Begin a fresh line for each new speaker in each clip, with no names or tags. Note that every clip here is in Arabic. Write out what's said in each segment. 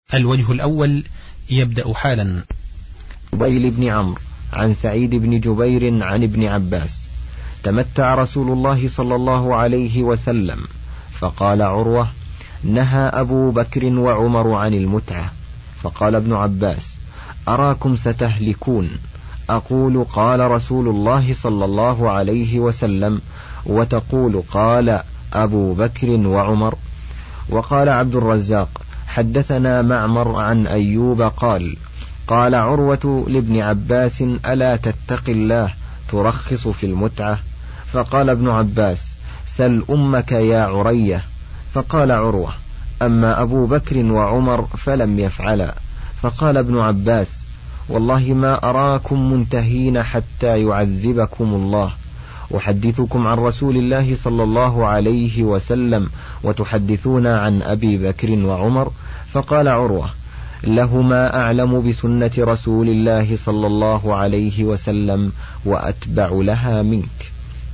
الوجه الأول يبدأ حالا.
جبيل بن عمرو عن سعيد بن جبير عن ابن عباس: تمتع رسول الله صلى الله عليه وسلم. فقال عروة: نهى أبو بكر وعمر عن المتعة. فقال ابن عباس: أراكم ستهلكون. أقول قال رسول الله صلى الله عليه وسلم، وتقول قال أبو بكر وعمر. وقال عبد الرزاق: حدثنا معمر عن أيوب قال: قال عروة لابن عباس: ألا تتق الله ترخص في المتعة؟ فقال ابن عباس: سل أمك يا عرية. فقال عروة: أما أبو بكر وعمر فلم يفعلا. فقال ابن عباس: والله ما أراكم منتهين حتى يعذبكم الله. أحدثكم عن رسول الله صلى الله عليه وسلم وتحدثون عن أبي بكر وعمر. فقال عروة: لهما أعلم بسنة رسول الله صلى الله عليه وسلم وأتبع لها منك.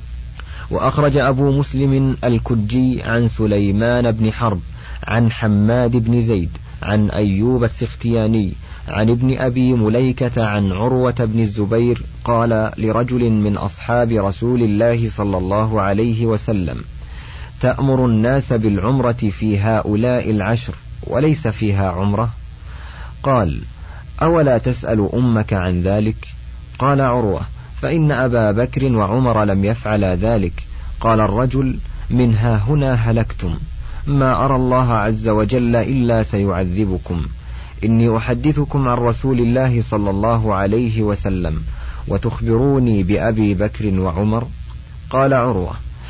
وأخرج أبو مسلم الكجي عن سليمان بن حرب عن حماد بن زيد عن أيوب السختياني عن ابن أبي مليكة عن عروة بن الزبير قال لرجل من أصحاب رسول الله صلى الله عليه وسلم: تأمر الناس بالعمرة في هؤلاء العشر وليس فيها عمرة؟ قال: أولا تسأل أمك عن ذلك؟ قال عروة: فإن أبا بكر وعمر لم يفعل ذلك. قال الرجل: من ها هنا هلكتم، ما أرى الله عز وجل إلا سيعذبكم. إني أحدثكم عن رسول الله صلى الله عليه وسلم وتخبروني بأبي بكر وعمر. قال عروة: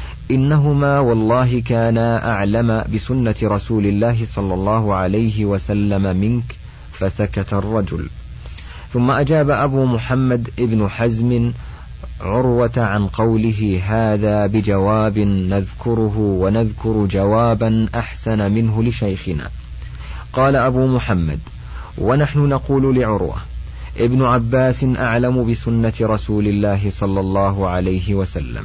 إنهما والله كانا أعلم بسنة رسول الله صلى الله عليه وسلم منك. فسكت الرجل. ثم أجاب أبو محمد ابن حزم عروة عن قوله هذا بجواب نذكره ونذكر جوابا أحسن منه لشيخنا. قال أبو محمد: ونحن نقول لعروة: ابن عباس أعلم بسنة رسول الله صلى الله عليه وسلم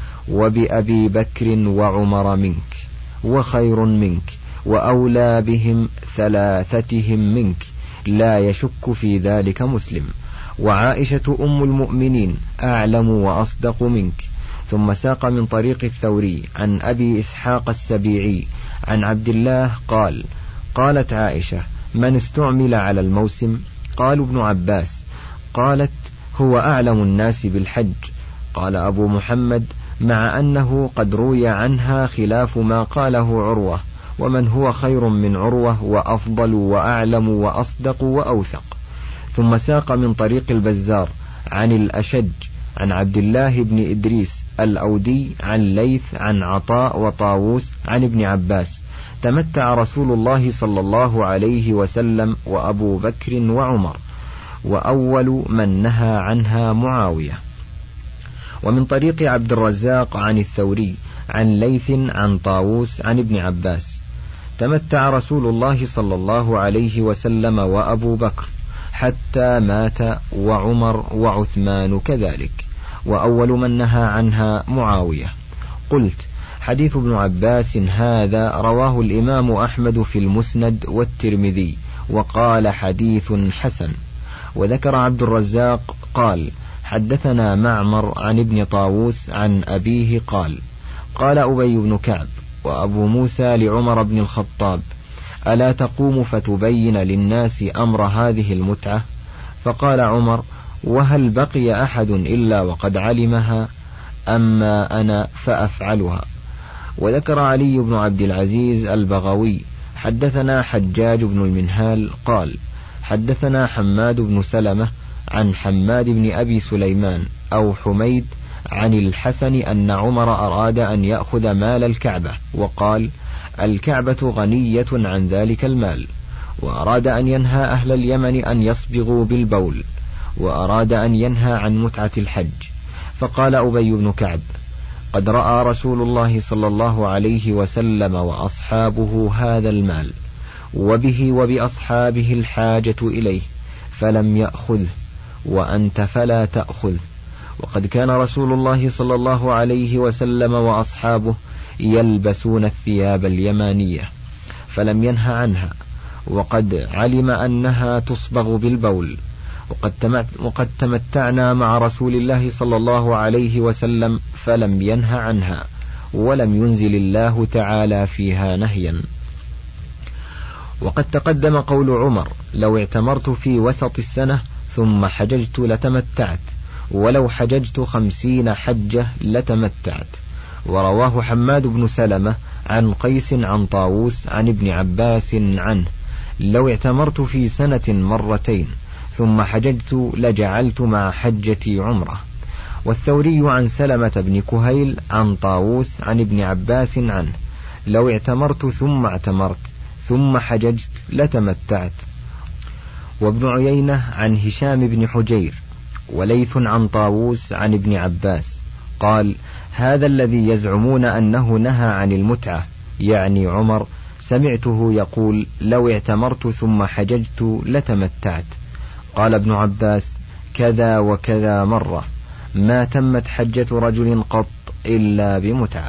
وبأبي بكر وعمر منك، وخير منك وأولى بهم ثلاثتهم منك، لا يشك في ذلك مسلم. وعائشة أم المؤمنين أعلم وأصدق منك. ثم ساق من طريق الثوري عن أبي إسحاق السبيعي عن عبد الله قال: قالت عائشة: من استعمل على الموسم؟ قالوا ابن عباس. قالت: هو أعلم الناس بالحج. قال أبو محمد: مع أنه قد روي عنها خلاف ما قاله عروة، ومن هو خير من عروة وأفضل وأعلم وأصدق وأوثق. ثم ساق من طريق البزار عن الأشج عن عبد الله بن إدريس الأودي عن ليث عن عطاء وطاووس عن ابن عباس: تمتع رسول الله صلى الله عليه وسلم وأبو بكر وعمر، وأول من نهى عنها معاوية. ومن طريق عبد الرزاق عن الثوري عن ليث عن طاووس عن ابن عباس: تمتع رسول الله صلى الله عليه وسلم وأبو بكر حتى مات، وعمر وعثمان كذلك، وأول من نهى عنها معاوية. قلت: حديث ابن عباس هذا رواه الإمام أحمد في المسند والترمذي وقال حديث حسن. وذكر عبد الرزاق قال: حدثنا معمر عن ابن طاووس عن أبيه قال: قال أبي بن كعب وأبو موسى لعمر بن الخطاب: ألا تقوم فتبين للناس أمر هذه المتعة؟ فقال عمر: وهل بقي أحد إلا وقد علمها؟ أما أنا فأفعلها. وذكر علي بن عبد العزيز البغوي: حدثنا حجاج بن المنهال قال: حدثنا حماد بن سلمة عن حماد بن أبي سليمان أو حميد عن الحسن أن عمر أراد أن يأخذ مال الكعبة، وقال: الكعبة غنية عن ذلك المال، وأراد أن ينهى أهل اليمن أن يصبغوا بالبول، وأراد أن ينهى عن متعة الحج. فقال أبي بن كعب: قد رأى رسول الله صلى الله عليه وسلم وأصحابه هذا المال، وبه وبأصحابه الحاجة إليه، فلم يأخذه، وأنت فلا تأخذ. وقد كان رسول الله صلى الله عليه وسلم وأصحابه يلبسون الثياب اليمانية، فلم ينه عنها، وقد علم أنها تصبغ بالبول، وقد تمتعنا مع رسول الله صلى الله عليه وسلم فلم ينه عنها، ولم ينزل الله تعالى فيها نهيا. وقد تقدم قول عمر: لو اعتمرت في وسط السنة ثم حججت لتمتعت، ولو حججت 50 حجة لتمتعت. ورواه حماد بن سلمة عن قيس عن طاووس عن ابن عباس عنه: لو اعتمرت في سنة 2 مرتين ثم حججت لجعلت مع حجتي عمرة. والثوري عن سلمة بن كهيل عن طاووس عن ابن عباس عنه: لو اعتمرت ثم اعتمرت ثم حججت لتمتعت. وابن عيينة عن هشام بن حجير، وليث عن طاووس عن ابن عباس قال: هذا الذي يزعمون أنه نهى عن المتعة يعني عمر سمعته يقول: لو اعتمرت ثم حججت لتمتعت. قال ابن عباس: كذا وكذا مرة، ما تمت حجة رجل قط إلا بمتعة.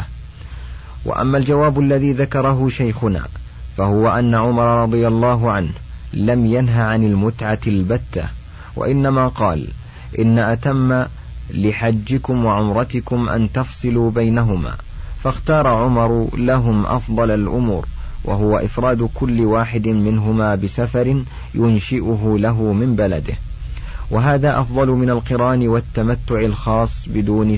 وأما الجواب الذي ذكره شيخنا فهو أن عمر رضي الله عنه لم ينه عن المتعة البتة، وإنما قال: إن أتم لحجكم وعمرتكم أن تفصلوا بينهما، فاختار عمر لهم أفضل الأمور، وهو إفراد كل واحد منهما بسفر ينشئه له من بلده، وهذا أفضل من القران والتمتع الخاص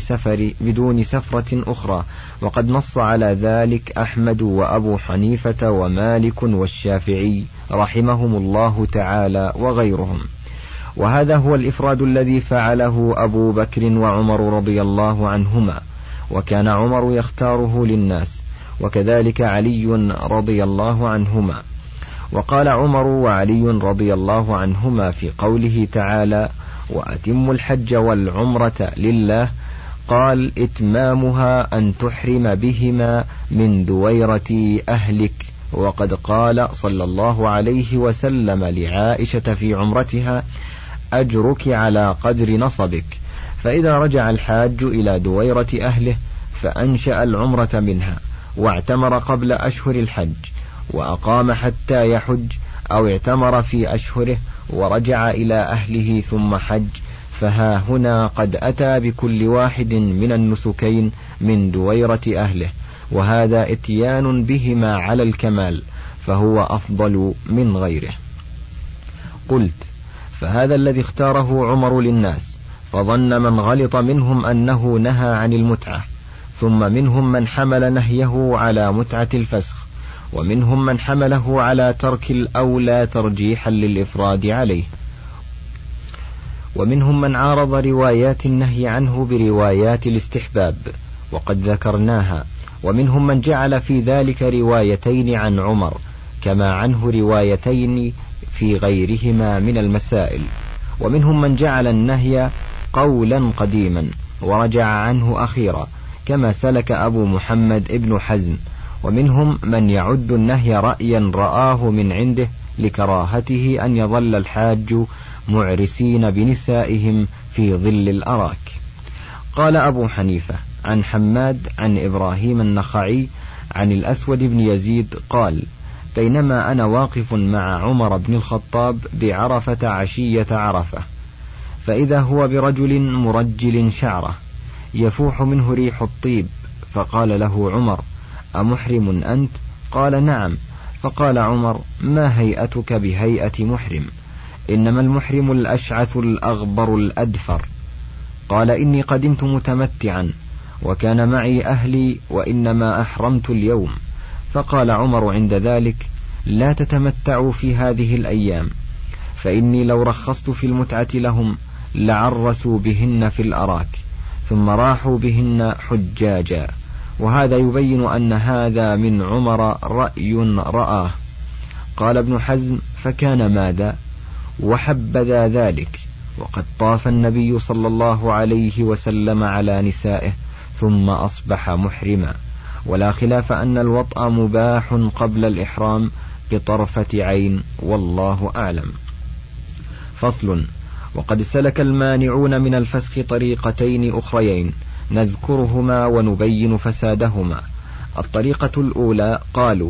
بدون سفرة أخرى. وقد نص على ذلك أحمد وأبو حنيفة ومالك والشافعي رحمهم الله تعالى وغيرهم. وهذا هو الإفراد الذي فعله أبو بكر وعمر رضي الله عنهما، وكان عمر يختاره للناس، وكذلك علي رضي الله عنهما. وقال عمر وعلي رضي الله عنهما في قوله تعالى: وأتموا الحج والعمرة لله، قال: إتمامها أن تحرم بهما من دويرة أهلك. وقد قال صلى الله عليه وسلم لعائشة في عمرتها: أجرك على قدر نصبك. فإذا رجع الحاج إلى دويرة أهله فأنشأ العمرة منها واعتمر قبل أشهر الحج وأقام حتى يحج، أو اعتمر في أشهره ورجع إلى أهله ثم حج، فها هنا قد أتى بكل واحد من النسكين من دويرة أهله، وهذا إتيان بهما على الكمال، فهو أفضل من غيره. قلت: فهذا الذي اختاره عمر للناس، فظن من غلط منهم أنه نهى عن المتعة، ثم منهم من حمل نهيه على متعة الفسخ، ومنهم من حمله على ترك الأولى ترجيحا للإفراد عليه، ومنهم من عارض روايات النهي عنه بروايات الاستحباب وقد ذكرناها، ومنهم من جعل في ذلك روايتين عن عمر كما عنه روايتين في غيرهما من المسائل، ومنهم من جعل النهي قولا قديما ورجع عنه أخيرا كما سلك أبو محمد ابن حزم، ومنهم من يعد النهي رأيا رآه من عنده لكراهته أن يظل الحاج معرسين بنسائهم في ظل الأراك. قال أبو حنيفة عن حماد عن إبراهيم النخعي عن الأسود بن يزيد قال: بينما أنا واقف مع عمر بن الخطاب بعرفة عشية عرفة، فإذا هو برجل مرجل شعره يفوح منه ريح الطيب، فقال له عمر: أمحرم أنت؟ قال: نعم. فقال عمر: ما هيئتك بهيئة محرم؟ إنما المحرم الأشعث الأغبر الأدفر. قال: إني قدمت متمتعا وكان معي أهلي وإنما أحرمت اليوم. فقال عمر عند ذلك: لا تتمتعوا في هذه الأيام، فإني لو رخصت في المتعة لهم لعرسوا بهن في الأراك ثم راحوا بهن حجاجا. وهذا يبين أن هذا من عمر رأي رآه. قال ابن حزم: فكان ماذا؟ وحبذا ذلك، وقد طاف النبي صلى الله عليه وسلم على نسائه ثم أصبح محرما، ولا خلاف أن الوطأ مباح قبل الإحرام بطرفة عين، والله أعلم. فصل. وقد سلك المانعون من الفسخ طريقتين أخريين نذكرهما ونبين فسادهما. الطريقة الأولى قالوا: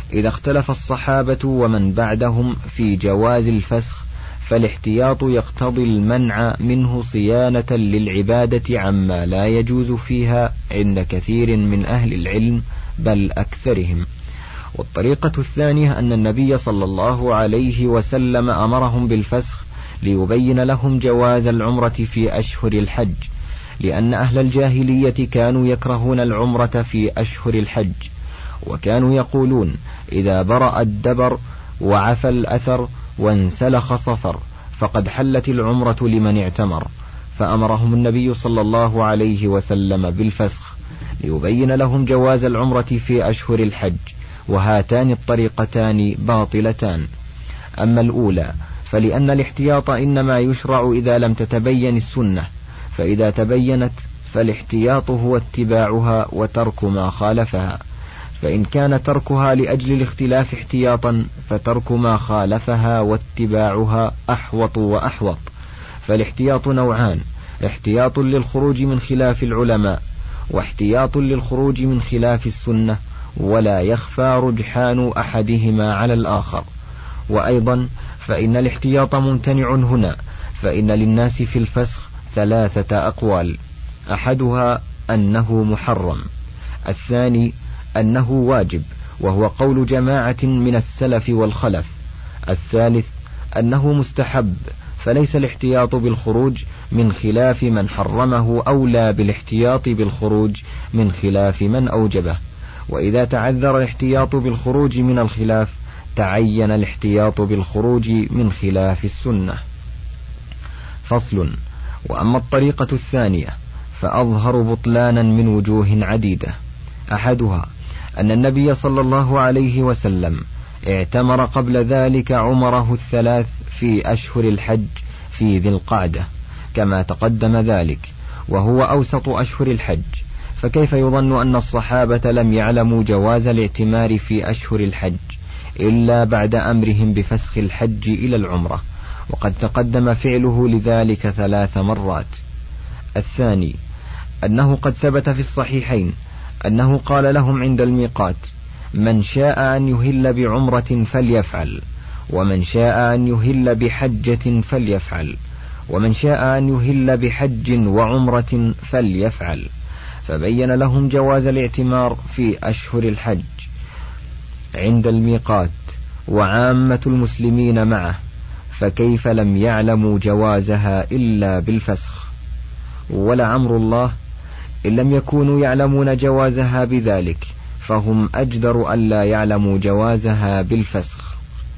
إذا اختلف الصحابة ومن بعدهم في جواز الفسخ فالاحتياط يقتضي المنع منه صيانة للعبادة عما لا يجوز فيها عند كثير من أهل العلم بل أكثرهم. والطريقة الثانية أن النبي صلى الله عليه وسلم أمرهم بالفسخ ليبين لهم جواز العمرة في أشهر الحج، لأن أهل الجاهلية كانوا يكرهون العمرة في أشهر الحج، وكانوا يقولون إذا برأ الدبر وعفى الأثر وانسلخ صفر فقد حلت العمرة لمن اعتمر، فأمرهم النبي صلى الله عليه وسلم بالفسخ ليبين لهم جواز العمرة في أشهر الحج، وهاتان الطريقتان باطلتان. أما الأولى فلأن الاحتياط إنما يشرع إذا لم تتبين السنة، فإذا تبينت فالاحتياط هو اتباعها وترك ما خالفها، فإن كان تركها لأجل الاختلاف احتياطا فترك ما خالفها واتباعها أحوط وأحوط. فالاحتياط نوعان: احتياط للخروج من خلاف العلماء، واحتياط للخروج من خلاف السنة، ولا يخفى رجحان أحدهما على الآخر. وأيضا فإن الاحتياط ممتنع هنا، فإن للناس في الفسخ 3 أقوال: أحدها أنه محرم، الثاني أنه واجب وهو قول جماعة من السلف والخلف، الثالث أنه مستحب، فليس الاحتياط بالخروج من خلاف من حرمه أولى بالاحتياط بالخروج من خلاف من أوجبه. وإذا تعذر الاحتياط بالخروج من الخلاف تعين الاحتياط بالخروج من خلاف السنة. فصل. وأما الطريقة الثانية فأظهر بطلانا من وجوه عديدة: أحدها أن النبي صلى الله عليه وسلم اعتمر قبل ذلك عمره 3 في أشهر الحج في ذي القعدة كما تقدم ذلك، وهو أوسط أشهر الحج، فكيف يظن أن الصحابة لم يعلموا جواز الاعتمار في أشهر الحج إلا بعد أمرهم بفسخ الحج إلى العمرة، وقد تقدم فعله لذلك 3 مرات. الثاني أنه قد ثبت في الصحيحين أنه قال لهم عند الميقات: من شاء أن يهل بعمرة فليفعل، ومن شاء أن يهل بحجة فليفعل، ومن شاء أن يهل بحج وعمرة فليفعل، فبين لهم جواز الاعتمار في أشهر الحج عند الميقات وعامة المسلمين معه، فكيف لم يعلموا جوازها إلا بالفسخ؟ ولعمر الله إن لم يكونوا يعلمون جوازها بذلك فهم أجدر ألا يعلموا جوازها بالفسخ.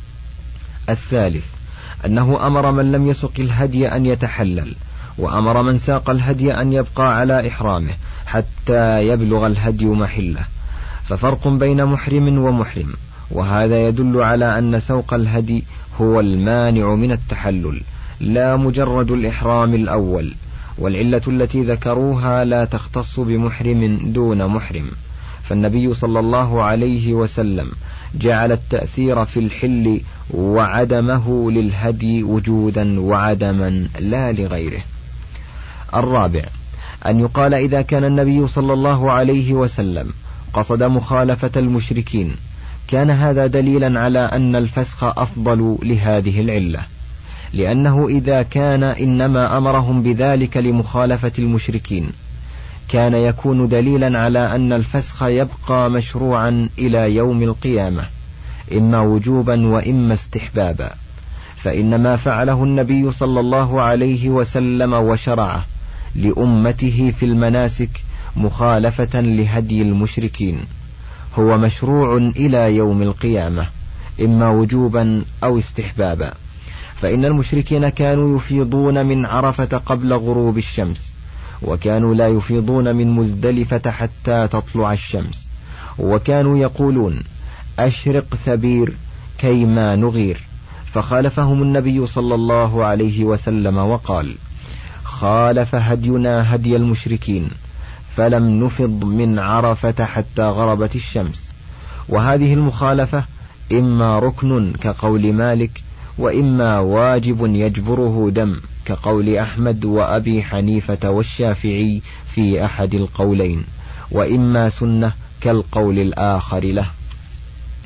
الثالث أنه أمر من لم يسق الهدي أن يتحلل، وأمر من ساق الهدي أن يبقى على إحرامه حتى يبلغ الهدي محله، ففرق بين محرم ومحرم، وهذا يدل على أن سوق الهدي هو المانع من التحلل لا مجرد الإحرام الأول، والعلة التي ذكروها لا تختص بمحرم دون محرم، فالنبي صلى الله عليه وسلم جعل التأثير في الحل وعدمه للهدي وجودا وعدما لا لغيره. الرابع أن يقال إذا كان النبي صلى الله عليه وسلم قصد مخالفة المشركين كان هذا دليلا على أن الفسخ أفضل لهذه العلة، لأنه إذا كان إنما أمرهم بذلك لمخالفة المشركين كان يكون دليلا على أن الفسخ يبقى مشروعا إلى يوم القيامة إما وجوبا وإما استحبابا، فإن ما فعله النبي صلى الله عليه وسلم وشرعه لأمته في المناسك مخالفة لهدي المشركين هو مشروع إلى يوم القيامة إما وجوبا أو استحبابا، فإن المشركين كانوا يفيضون من عرفة قبل غروب الشمس، وكانوا لا يفيضون من مزدلفة حتى تطلع الشمس، وكانوا يقولون أشرق ثبير كيما نغير، فخالفهم النبي صلى الله عليه وسلم وقال: خالف هدينا هدي المشركين فلم نفض من عرفة حتى غربت الشمس. وهذه المخالفة إما ركن كقول مالك، وإما واجب يجبره دم كقول أحمد وأبي حنيفة والشافعي في أحد القولين، وإما سنة كالقول الآخر له.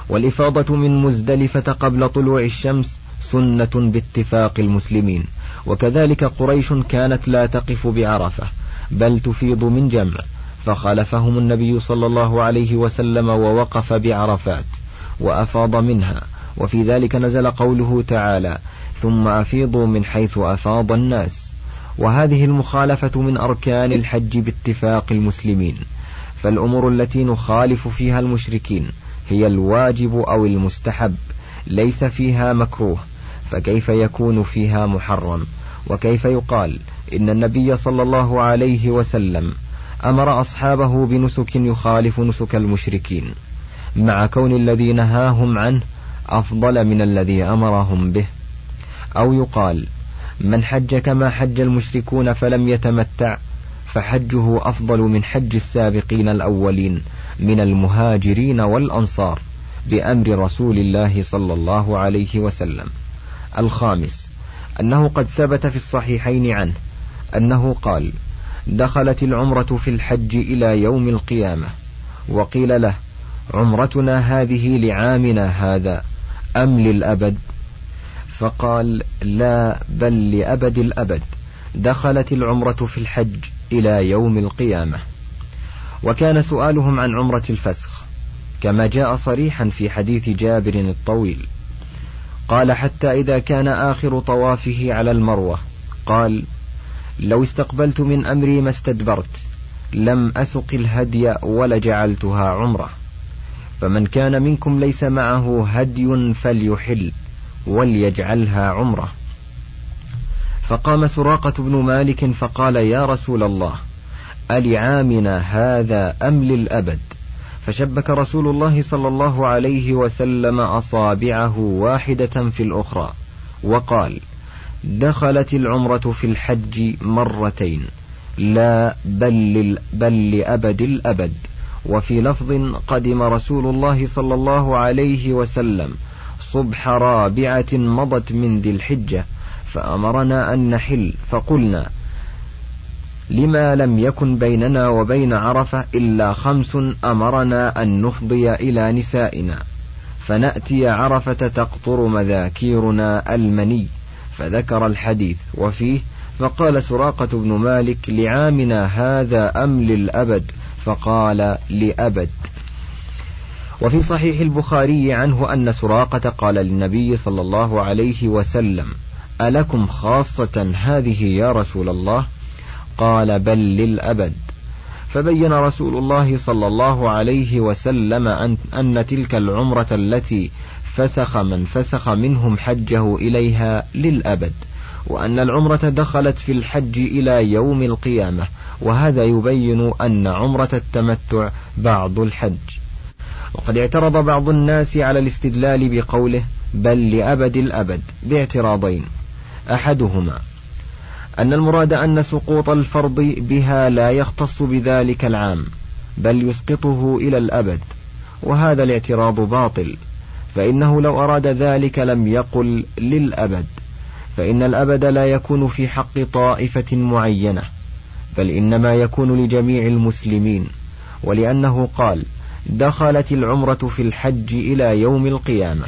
والإفاضة من مزدلفة قبل طلوع الشمس سنة باتفاق المسلمين، وكذلك قريش كانت لا تقف بعرفة بل تفيض من جمع، فخالفهم النبي صلى الله عليه وسلم ووقف بعرفات وأفاض منها، وفي ذلك نزل قوله تعالى: ثم أفيضوا من حيث أفاض الناس. وهذه المخالفة من أركان الحج باتفاق المسلمين، فالأمور التي نخالف فيها المشركين هي الواجب أو المستحب، ليس فيها مكروه، فكيف يكون فيها محرم؟ وكيف يقال إن النبي صلى الله عليه وسلم أمر أصحابه بنسك يخالف نسك المشركين، مع كون الذي نهاهم عنه أفضل من الذي أمرهم به؟ أو يقال: من حج كما حج المشركون فلم يتمتع فحجه أفضل من حج السابقين الأولين من المهاجرين والأنصار بأمر رسول الله صلى الله عليه وسلم. الخامس أنه قد ثبت في الصحيحين عنه أنه قال: دخلت العمرة في الحج إلى يوم القيامة. وقيل له: عمرتنا هذه لعامنا هذا أم للأبد؟ فقال: لا، بل لأبد الأبد، دخلت العمرة في الحج إلى يوم القيامة. وكان سؤالهم عن عمرة الفسخ كما جاء صريحا في حديث جابر الطويل، قال: حتى إذا كان آخر طوافه على المروة قال: لو استقبلت من أمري ما استدبرت، لم أسق الهدي ولجعلتها عمرة، فمن كان منكم ليس معه هدي فليحل وليجعلها عمرة. فقام سراقة بن مالك فقال: يا رسول الله، ألعامنا هذا أم للأبد؟ فشبك رسول الله صلى الله عليه وسلم أصابعه واحدة في الأخرى وقال: دخلت العمرة في الحج مرتين، لا بل لأبد الأبد. وفي لفظ: قدم رسول الله صلى الله عليه وسلم صبح رابعة مضت من ذي الحجة فأمرنا أن نحل، فقلنا: لما لم يكن بيننا وبين عرفة إلا 5 أمرنا أن نفضي إلى نسائنا فنأتي عرفة تقطر مذاكيرنا المني، فذكر الحديث وفيه: فقال سراقة بن مالك: لعامنا هذا أم للأبد؟ فقال: لأبد. وفي صحيح البخاري عنه أن سراقة قال للنبي صلى الله عليه وسلم: ألكم خاصة هذه يا رسول الله؟ قال: بل للأبد. فبين رسول الله صلى الله عليه وسلم أن تلك العمرة التي فسخ من فسخ منهم حجه إليها للأبد، وأن العمرة دخلت في الحج إلى يوم القيامة، وهذا يبين أن عمرة التمتع بعض الحج. وقد اعترض بعض الناس على الاستدلال بقوله بل لأبد الأبد باعتراضين: أحدهما أن المراد أن سقوط الفرض بها لا يختص بذلك العام بل يسقطه إلى الأبد، وهذا الاعتراض باطل، فإنه لو أراد ذلك لم يقل للأبد، فإن الأبد لا يكون في حق طائفة معينة، بل إنما يكون لجميع المسلمين، ولأنه قال: دخلت العمرة في الحج إلى يوم القيامة،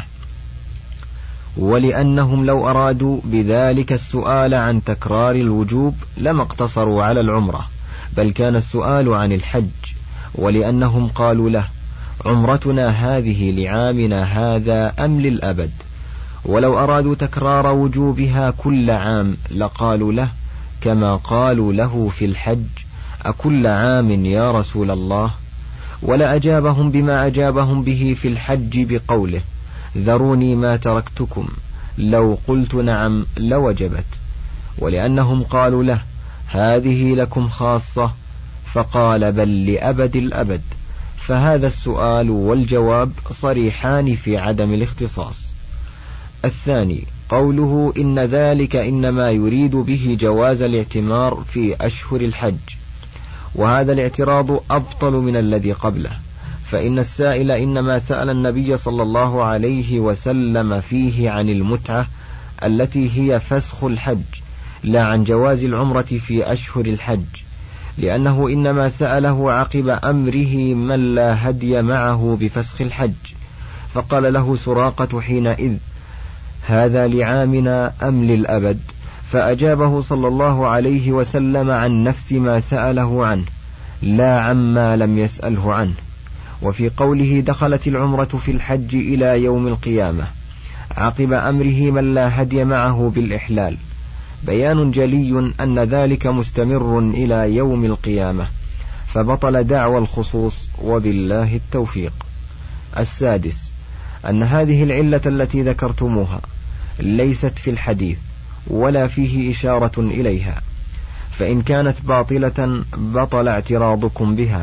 ولأنهم لو أرادوا بذلك السؤال عن تكرار الوجوب لما اقتصروا على العمرة، بل كان السؤال عن الحج، ولأنهم قالوا له: عمرتنا هذه لعامنا هذا أم للأبد؟ ولو أرادوا تكرار وجوبها كل عام لقالوا له كما قالوا له في الحج: أكل عام يا رسول الله؟ ولا أجابهم بما أجابهم به في الحج بقوله: ذروني ما تركتكم، لو قلت نعم لوجبت. ولأنهم قالوا له: هذه لكم خاصة، فقال: بل لأبد الأبد، فهذا السؤال والجواب صريحان في عدم الاختصاص. الثاني قوله إن ذلك إنما يريد به جواز الاعتمار في أشهر الحج، وهذا الاعتراض أبطل من الذي قبله، فإن السائل إنما سأل النبي صلى الله عليه وسلم فيه عن المتعة التي هي فسخ الحج، لا عن جواز العمرة في أشهر الحج، لأنه إنما سأله عقب أمره من لا هدي معه بفسخ الحج، فقال له سراقة حينئذ: هذا لعامنا أم للأبد؟ فأجابه صلى الله عليه وسلم عن نفس ما سأله عنه، لا عما لم يسأله عنه. وفي قوله: دخلت العمرة في الحج إلى يوم القيامة، عقب أمره من لا هدي معه بالإحلال، بيان جلي أن ذلك مستمر إلى يوم القيامة، فبطل دعوى الخصوص، وبالله التوفيق. السادس: أن هذه العلة التي ذكرتموها ليست في الحديث ولا فيه إشارة إليها، فإن كانت باطلة بطل اعتراضكم بها،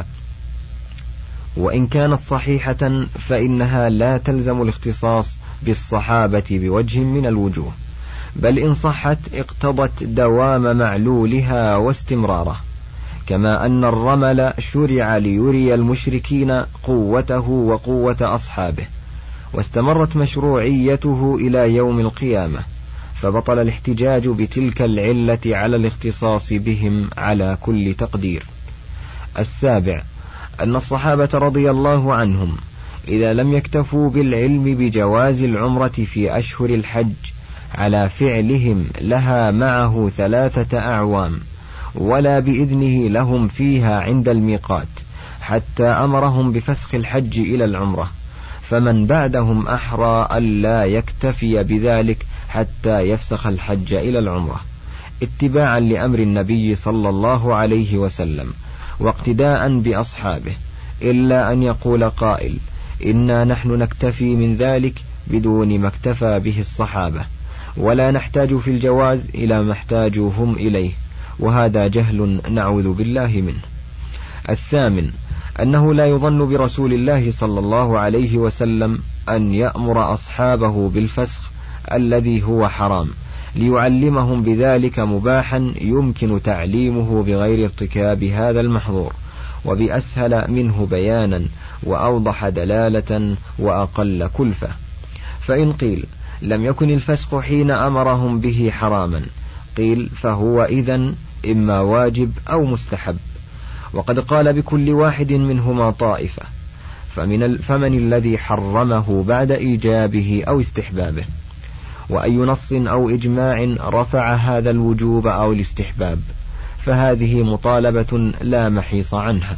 وإن كانت صحيحة فإنها لا تلزم الاختصاص بالصحابة بوجه من الوجوه، بل إن صحت اقتضت دوام معلولها واستمراره، كما أن الرمل شرع ليري المشركين قوته وقوة أصحابه، واستمرت مشروعيته إلى يوم القيامة، فبطل الاحتجاج بتلك العلة على الاختصاص بهم على كل تقدير. السابع: أن الصحابة رضي الله عنهم إذا لم يكتفوا بالعلم بجواز العمرة في أشهر الحج على فعلهم لها معه 3 أعوام، ولا بإذنه لهم فيها عند الميقات، حتى أمرهم بفسخ الحج إلى العمرة، فمن بعدهم أحرى ألا يكتفي بذلك حتى يفسخ الحج إلى العمرة، اتباعا لأمر النبي صلى الله عليه وسلم واقتداء بأصحابه، إلا أن يقول قائل: إنا نحن نكتفي من ذلك بدون ما اكتفى به الصحابة، ولا نحتاج في الجواز إلى ما احتاجوا هم إليه، وهذا جهل نعوذ بالله منه. الثامن: أنه لا يظن برسول الله صلى الله عليه وسلم أن يأمر أصحابه بالفسخ الذي هو حرام، ليعلمهم بذلك مباحا يمكن تعليمه بغير ارتكاب هذا المحظور، وبأسهل منه بيانا وأوضح دلالة وأقل كلفة. فإن قيل لم يكن الفسق حين أمرهم به حراما، قيل فهو إذن إما واجب أو مستحب، وقد قال بكل واحد منهما طائفة، فمن الذي حرمه بعد إيجابه أو استحبابه؟ وأي نص أو إجماع رفع هذا الوجوب أو الاستحباب؟ فهذه مطالبة لا محيص عنها.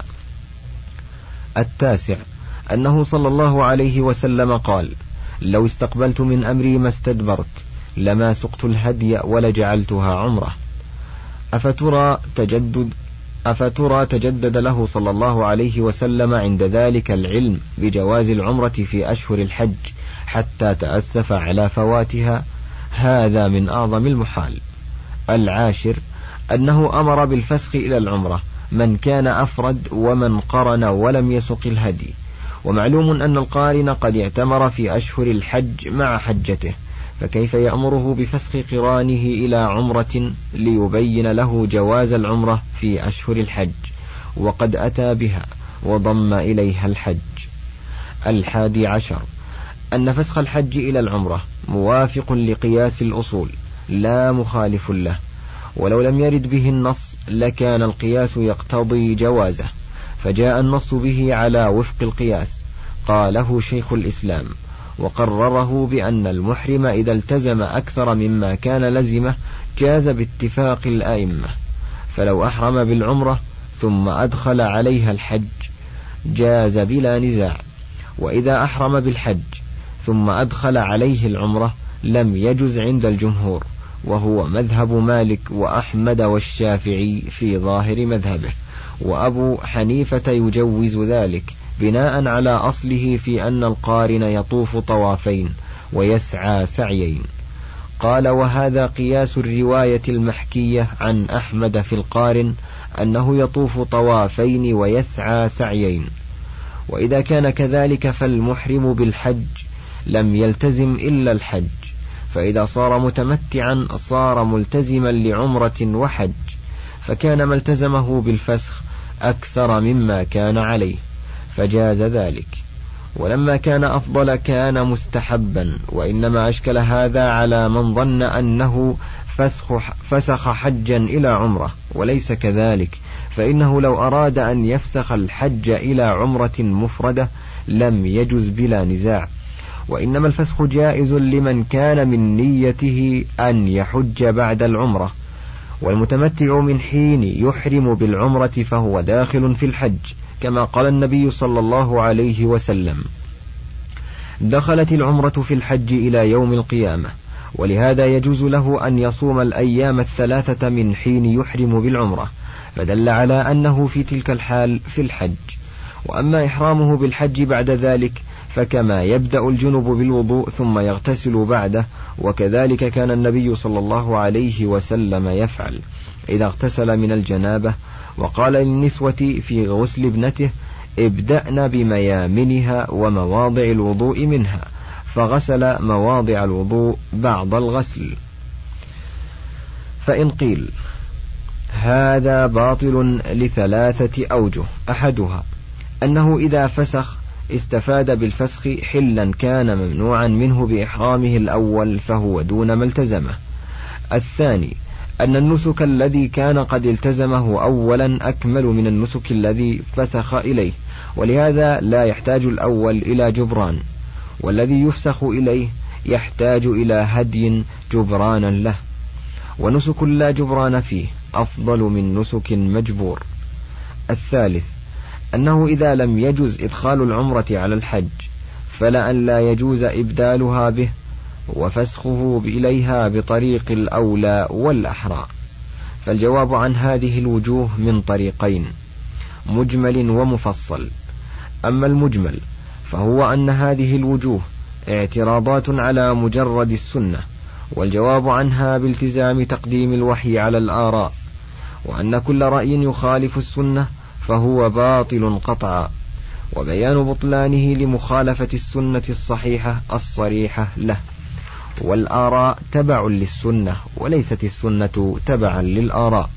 التاسع: أنه صلى الله عليه وسلم قال: لو استقبلت من أمري ما استدبرت لما سقت الهدي ولجعلتها عمرة. أفترى تجدد له صلى الله عليه وسلم عند ذلك العلم بجواز العمرة في أشهر الحج حتى تأسف على فواتها؟ هذا من أعظم المحال. العاشر: أنه أمر بالفسخ إلى العمرة من كان أفرد ومن قرن ولم يسق الهدي، ومعلوم أن القارن قد اعتمر في أشهر الحج مع حجته، فكيف يأمره بفسخ قرانه إلى عمرة ليبين له جواز العمرة في أشهر الحج وقد أتى بها وضم إليها الحج؟ 11: أن فسخ الحج إلى العمرة موافق لقياس الأصول لا مخالف له، ولو لم يرد به النص لكان القياس يقتضي جوازه، فجاء النص به على وفق القياس. قاله شيخ الإسلام وقرره بأن المحرم إذا التزم أكثر مما كان لزمه جاز باتفاق الأئمة، فلو أحرم بالعمرة ثم أدخل عليها الحج جاز بلا نزاع، وإذا أحرم بالحج ثم أدخل عليه العمرة لم يجز عند الجمهور، وهو مذهب مالك وأحمد والشافعي في ظاهر مذهبه، وأبو حنيفة يجوز ذلك بناء على أصله في أن القارن يطوف طوافين ويسعى سعيين. قال: وهذا قياس الرواية المحكية عن أحمد في القارن أنه يطوف طوافين ويسعى سعيين. وإذا كان كذلك فالمحرم بالحج لم يلتزم إلا الحج، فإذا صار متمتعا صار ملتزما لعمرة وحج، فكان ما التزمه بالفسخ أكثر مما كان عليه فجاز ذلك، ولما كان أفضل كان مستحبا، وإنما أشكل هذا على من ظن أنه فسخ حجا إلى عمرة، وليس كذلك، فإنه لو أراد أن يفسخ الحج إلى عمرة مفردة لم يجز بلا نزاع، وإنما الفسخ جائز لمن كان من نيته أن يحج بعد العمرة، والمتمتع من حين يحرم بالعمرة فهو داخل في الحج، كما قال النبي صلى الله عليه وسلم: دخلت العمرة في الحج إلى يوم القيامة، ولهذا يجوز له أن يصوم الأيام الثلاثة من حين يحرم بالعمرة، فدل على أنه في تلك الحال في الحج. وأما إحرامه بالحج بعد ذلك فكما يبدأ الجنب بالوضوء ثم يغتسل بعده، وكذلك كان النبي صلى الله عليه وسلم يفعل إذا اغتسل من الجنابة، وقال للنسوة في غسل ابنته: ابدأن بميامنها ومواضع الوضوء منها، فغسل مواضع الوضوء بعد الغسل. فإن قيل هذا باطل لثلاثة أوجه: أحدها أنه إذا فسخ استفاد بالفسخ حلا كان ممنوعا منه بإحرامه الأول فهو دون ما التزمه. الثاني أن النسك الذي كان قد التزمه أولا أكمل من النسك الذي فسخ إليه، ولهذا لا يحتاج الأول إلى جبران، والذي يفسخ إليه يحتاج إلى هدي جبرانا له، ونسك لا جبران فيه أفضل من نسك مجبور. الثالث أنه إذا لم يجز إدخال العمرة على الحج فلأن لا يجوز إبدالها به وفسخه إليها بطريق الأولى والأحرى. فالجواب عن هذه الوجوه من طريقين: مجمل ومفصل. أما المجمل فهو أن هذه الوجوه اعتراضات على مجرد السنة، والجواب عنها بالتزام تقديم الوحي على الآراء، وأن كل رأي يخالف السنة فهو باطل قطعا، وبيان بطلانه لمخالفة السنة الصحيحة الصريحة له. والآراء تبع للسنة وليست السنة تبعا للآراء.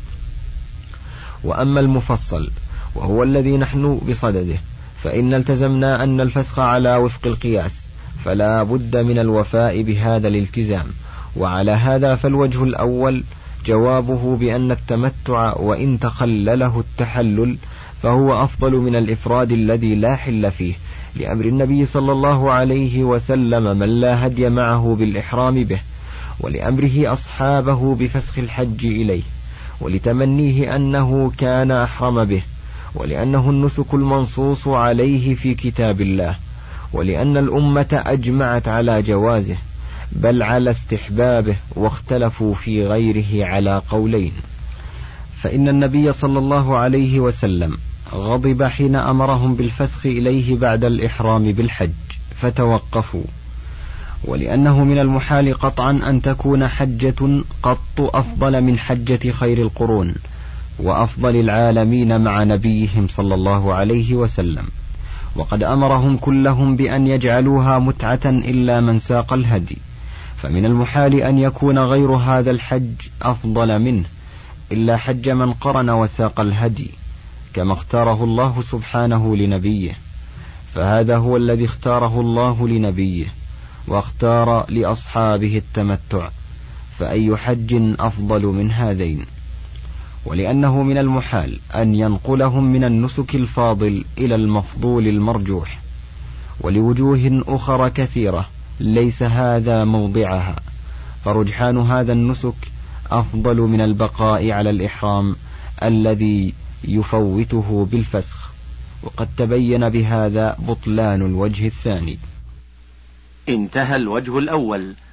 وأما المفصل وهو الذي نحن بصدده فإن التزمنا أن الفسخ على وفق القياس، فلا بد من الوفاء بهذا الالتزام. وعلى هذا فالوجه الأول جوابه بأن التمتع وإن تخلله التحلل فهو أفضل من الإفراد الذي لا حل فيه، لأمر النبي صلى الله عليه وسلم من لا هدي معه بالإحرام به، ولأمره أصحابه بفسخ الحج إليه، ولتمنيه أنه كان أحرم به، ولأنه النسك المنصوص عليه في كتاب الله، ولأن الأمة أجمعت على جوازه بل على استحبابه، واختلفوا في غيره على قولين. فإن النبي صلى الله عليه وسلم غضب حين أمرهم بالفسخ إليه بعد الإحرام بالحج فتوقفوا، ولأنه من المحال قطعا أن تكون حجة قط أفضل من حجة خير القرون وأفضل العالمين مع نبيهم صلى الله عليه وسلم، وقد أمرهم كلهم بأن يجعلوها متعة إلا من ساق الهدي، فمن المحال أن يكون غير هذا الحج أفضل منه إلا حج من قرن وساق الهدي كما اختاره الله سبحانه لنبيه، فهذا هو الذي اختاره الله لنبيه واختار لأصحابه التمتع، فأي حج أفضل من هذين؟ ولأنه من المحال أن ينقلهم من النسك الفاضل إلى المفضول المرجوح، ولوجوه أخرى كثيرة ليس هذا موضعها، فرجحان هذا النسك أفضل من البقاء على الإحرام الذي يفوته بالفسخ، وقد تبين بهذا بطلان الوجه الثاني.
انتهى الوجه الأول.